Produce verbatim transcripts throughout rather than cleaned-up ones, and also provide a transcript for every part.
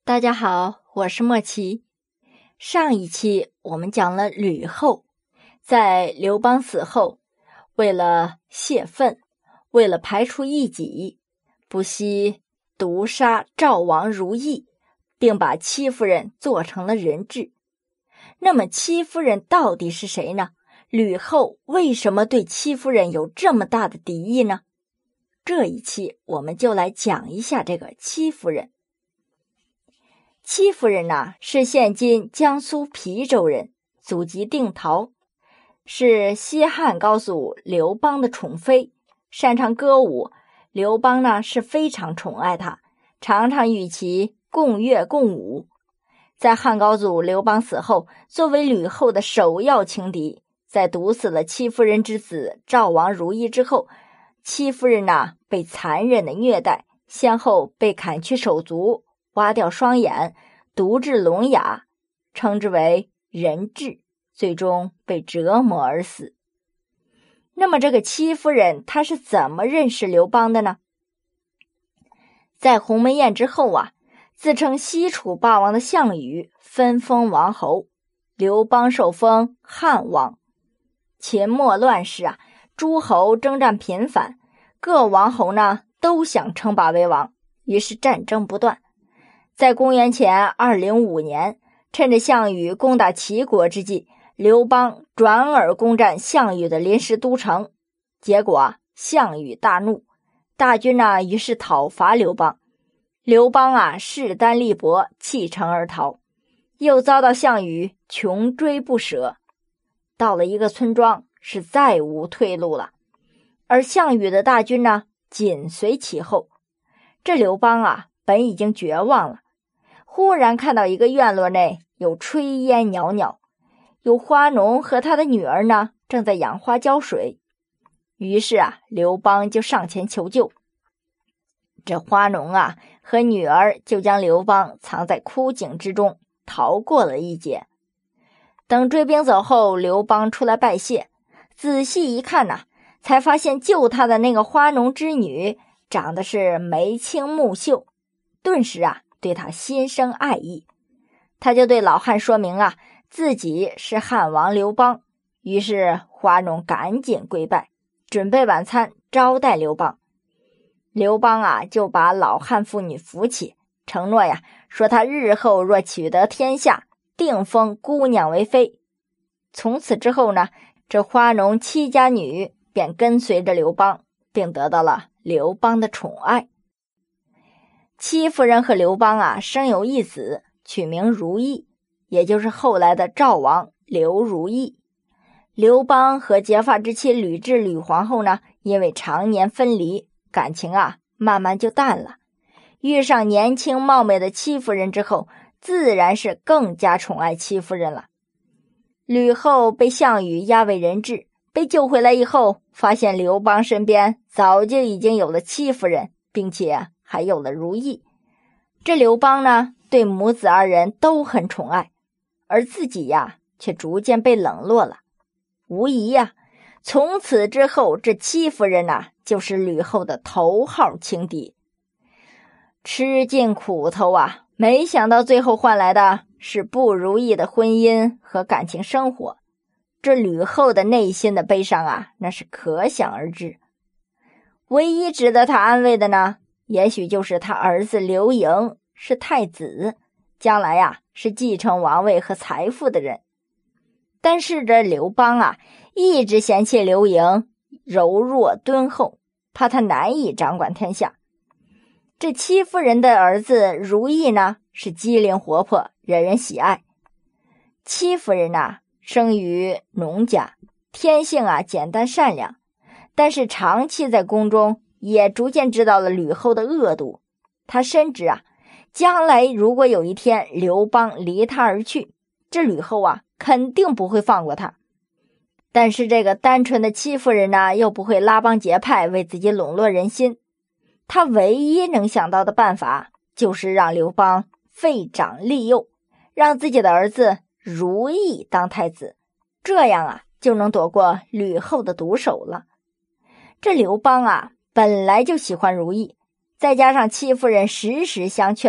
大家好，我是莫奇。上一期我们讲了吕后，在刘邦死后，为了泄愤，为了排除异己，不惜毒杀赵王如意，并把戚夫人做成了人质。那么戚夫人到底是谁呢？吕后为什么对戚夫人有这么大的敌意呢？这一期我们就来讲一下这个戚夫人。戚夫人呐、啊，是现今江苏邳州人，祖籍定陶，是西汉高祖刘邦的宠妃，擅长歌舞。刘邦呢是非常宠爱她，常常与其共乐共舞。在汉高祖刘邦死后，作为吕后的首要情敌，在毒死了戚夫人之子赵王如意之后，戚夫人呐、啊、被残忍的虐待，先后被砍去手足，挖掉双眼，毒致聋哑，称之为人质，最终被折磨而死。那么这个戚夫人她是怎么认识刘邦的呢？在鸿门宴之后啊，自称西楚霸王的项羽分封王侯，刘邦受封汉王。秦末乱世啊，诸侯征战频繁，各王侯呢都想称霸为王，于是战争不断。在公元前二零五年，趁着项羽攻打齐国之际，刘邦转而攻占项羽的临时都城，结果啊，项羽大怒，大军呢于是讨伐刘邦。刘邦啊势单力薄，弃城而逃，又遭到项羽穷追不舍，到了一个村庄是再无退路了，而项羽的大军呢紧随其后。这刘邦啊本已经绝望了，忽然看到一个院落内有炊烟袅袅，有花农和他的女儿呢正在养花浇水，于是啊刘邦就上前求救。这花农啊和女儿就将刘邦藏在枯井之中，逃过了一劫。等追兵走后，刘邦出来拜谢，仔细一看呐，才发现救他的那个花农之女长得是眉清目秀，顿时啊对他心生爱意。他就对老汉说明啊自己是汉王刘邦，于是花农赶紧跪拜，准备晚餐招待刘邦。刘邦啊就把老汉妇女扶起，承诺呀说他日后若取得天下，定封姑娘为妃。从此之后呢，这花农戚家女便跟随着刘邦，并得到了刘邦的宠爱。戚夫人和刘邦啊生有一子，取名如意，也就是后来的赵王刘如意。刘邦和结发之妻吕雉吕皇后呢，因为常年分离，感情啊慢慢就淡了。遇上年轻貌美的戚夫人之后，自然是更加宠爱戚夫人了。吕后被项羽押为人质，被救回来以后，发现刘邦身边早就已经有了戚夫人，并且还有了如意。这刘邦呢对母子二人都很宠爱，而自己呀却逐渐被冷落了。无疑呀，从此之后这戚夫人呐就是吕后的头号情敌。吃尽苦头啊，没想到最后换来的是不如意的婚姻和感情生活。这吕后的内心的悲伤啊，那是可想而知。唯一值得她安慰的呢，也许就是她儿子刘盈是太子，将来啊是继承王位和财富的人。但是这刘邦啊一直嫌弃刘盈柔弱敦厚，怕他难以掌管天下。这戚夫人的儿子如意呢是机灵活泼，惹人喜爱。戚夫人啊生于农家，天性啊简单善良，但是长期在宫中，也逐渐知道了吕后的恶毒。她深知啊将来如果有一天刘邦离她而去，这吕后啊肯定不会放过他。但是这个单纯的戚夫人呢又不会拉帮结派为自己笼络人心，他唯一能想到的办法就是让刘邦废长立幼，让自己的儿子如意当太子，这样啊就能躲过吕后的毒手了。这刘邦啊本来就喜欢如意，再加上戚夫人时时相劝，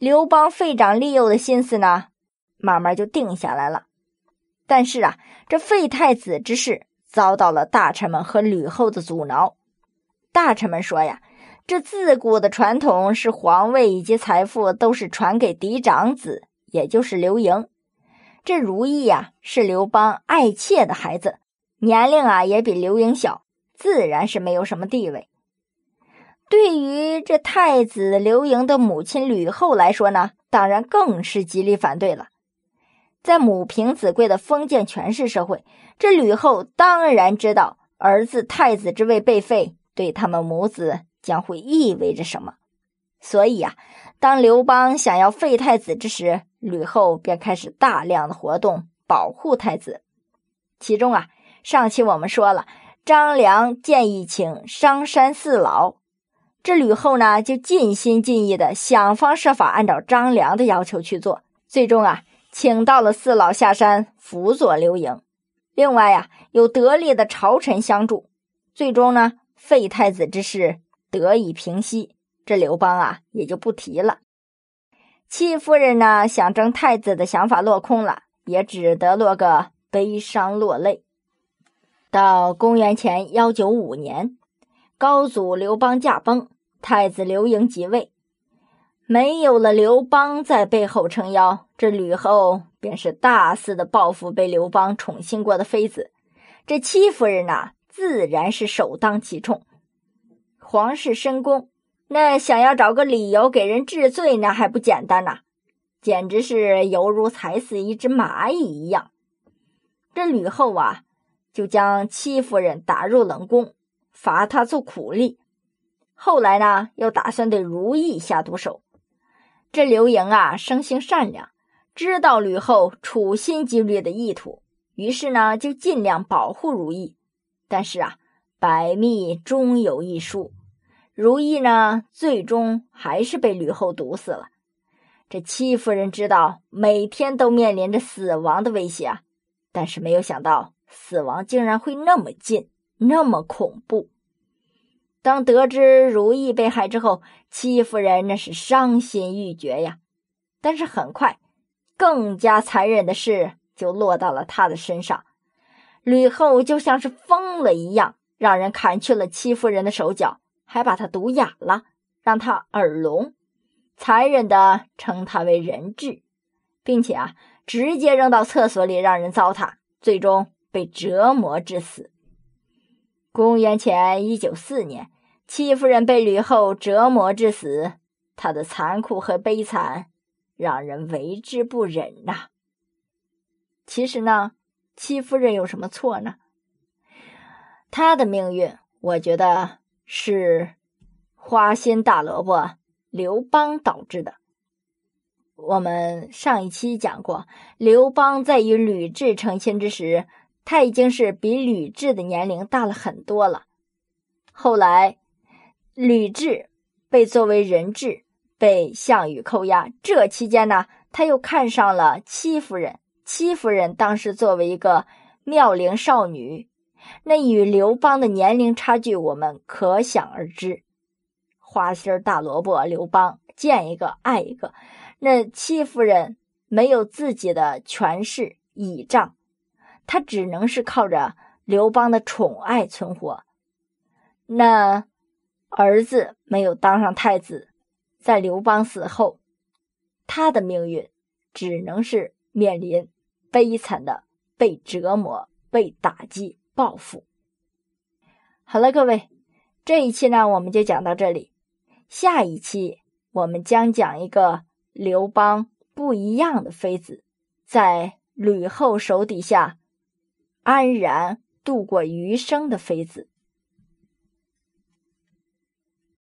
刘邦废长立幼的心思呢，慢慢就定下来了。但是啊，这废太子之事遭到了大臣们和吕后的阻挠。大臣们说呀，这自古的传统是皇位以及财富都是传给嫡长子，也就是刘盈。这如意呀，是刘邦爱妾的孩子，年龄啊也比刘盈小，自然是没有什么地位。对于这太子刘盈的母亲吕后来说呢，当然更是极力反对了。在母凭子贵的封建权势社会，这吕后当然知道儿子太子之位被废对他们母子将会意味着什么。所以啊，当刘邦想要废太子之时，吕后便开始大量的活动保护太子。其中啊，上期我们说了，张良建议请商山四老，这吕后呢就尽心尽意的想方设法按照张良的要求去做，最终啊请到了四老下山辅佐刘盈。另外呀、啊，有得力的朝臣相助，最终呢废太子之事得以平息，这刘邦啊也就不提了。戚夫人呢想争太子的想法落空了，也只得落个悲伤落泪。到公元前一九五年，高祖刘邦驾崩，太子刘盈即位。没有了刘邦在背后撑腰，这吕后便是大肆的报复被刘邦宠幸过的妃子。这戚夫人啊，自然是首当其冲。皇室深宫，那想要找个理由给人治罪，那还不简单呐、啊，简直是犹如踩死一只蚂蚁一样。这吕后啊，就将戚夫人打入冷宫，罚她做苦力。后来呢，又打算对如意下毒手。这刘盈啊，生性善良，知道吕后处心积虑的意图，于是呢，就尽量保护如意。但是啊，百密终有一疏，如意呢，最终还是被吕后毒死了。这戚夫人知道每天都面临着死亡的威胁啊，但是没有想到死亡竟然会那么近，那么恐怖。当得知如意被害之后，戚夫人那是伤心欲绝呀。但是很快，更加残忍的事就落到了她的身上。吕后就像是疯了一样，让人砍去了戚夫人的手脚，还把她毒哑了，让她耳聋，残忍地称她为人质，并且啊，直接扔到厕所里让人糟蹋，最终被折磨致死。公元前一九四年，戚夫人被吕后折磨致死，她的残酷和悲惨让人为之不忍呐、啊。其实呢，戚夫人有什么错呢？她的命运，我觉得是花心大萝卜刘邦导致的。我们上一期讲过，刘邦在与吕雉成亲之时，他已经是比吕雉的年龄大了很多了。后来吕雉被作为人质，被项羽扣押，这期间呢，他又看上了戚夫人。戚夫人当时作为一个妙龄少女，那与刘邦的年龄差距我们可想而知。花心大萝卜刘邦见一个爱一个，那戚夫人没有自己的权势倚仗，他只能是靠着刘邦的宠爱存活。那儿子没有当上太子，在刘邦死后，他的命运只能是面临悲惨的被折磨、被打击、报复。好了，各位，这一期呢，我们就讲到这里。下一期我们将讲一个刘邦不一样的妃子，在吕后手底下安然度过余生的妃子。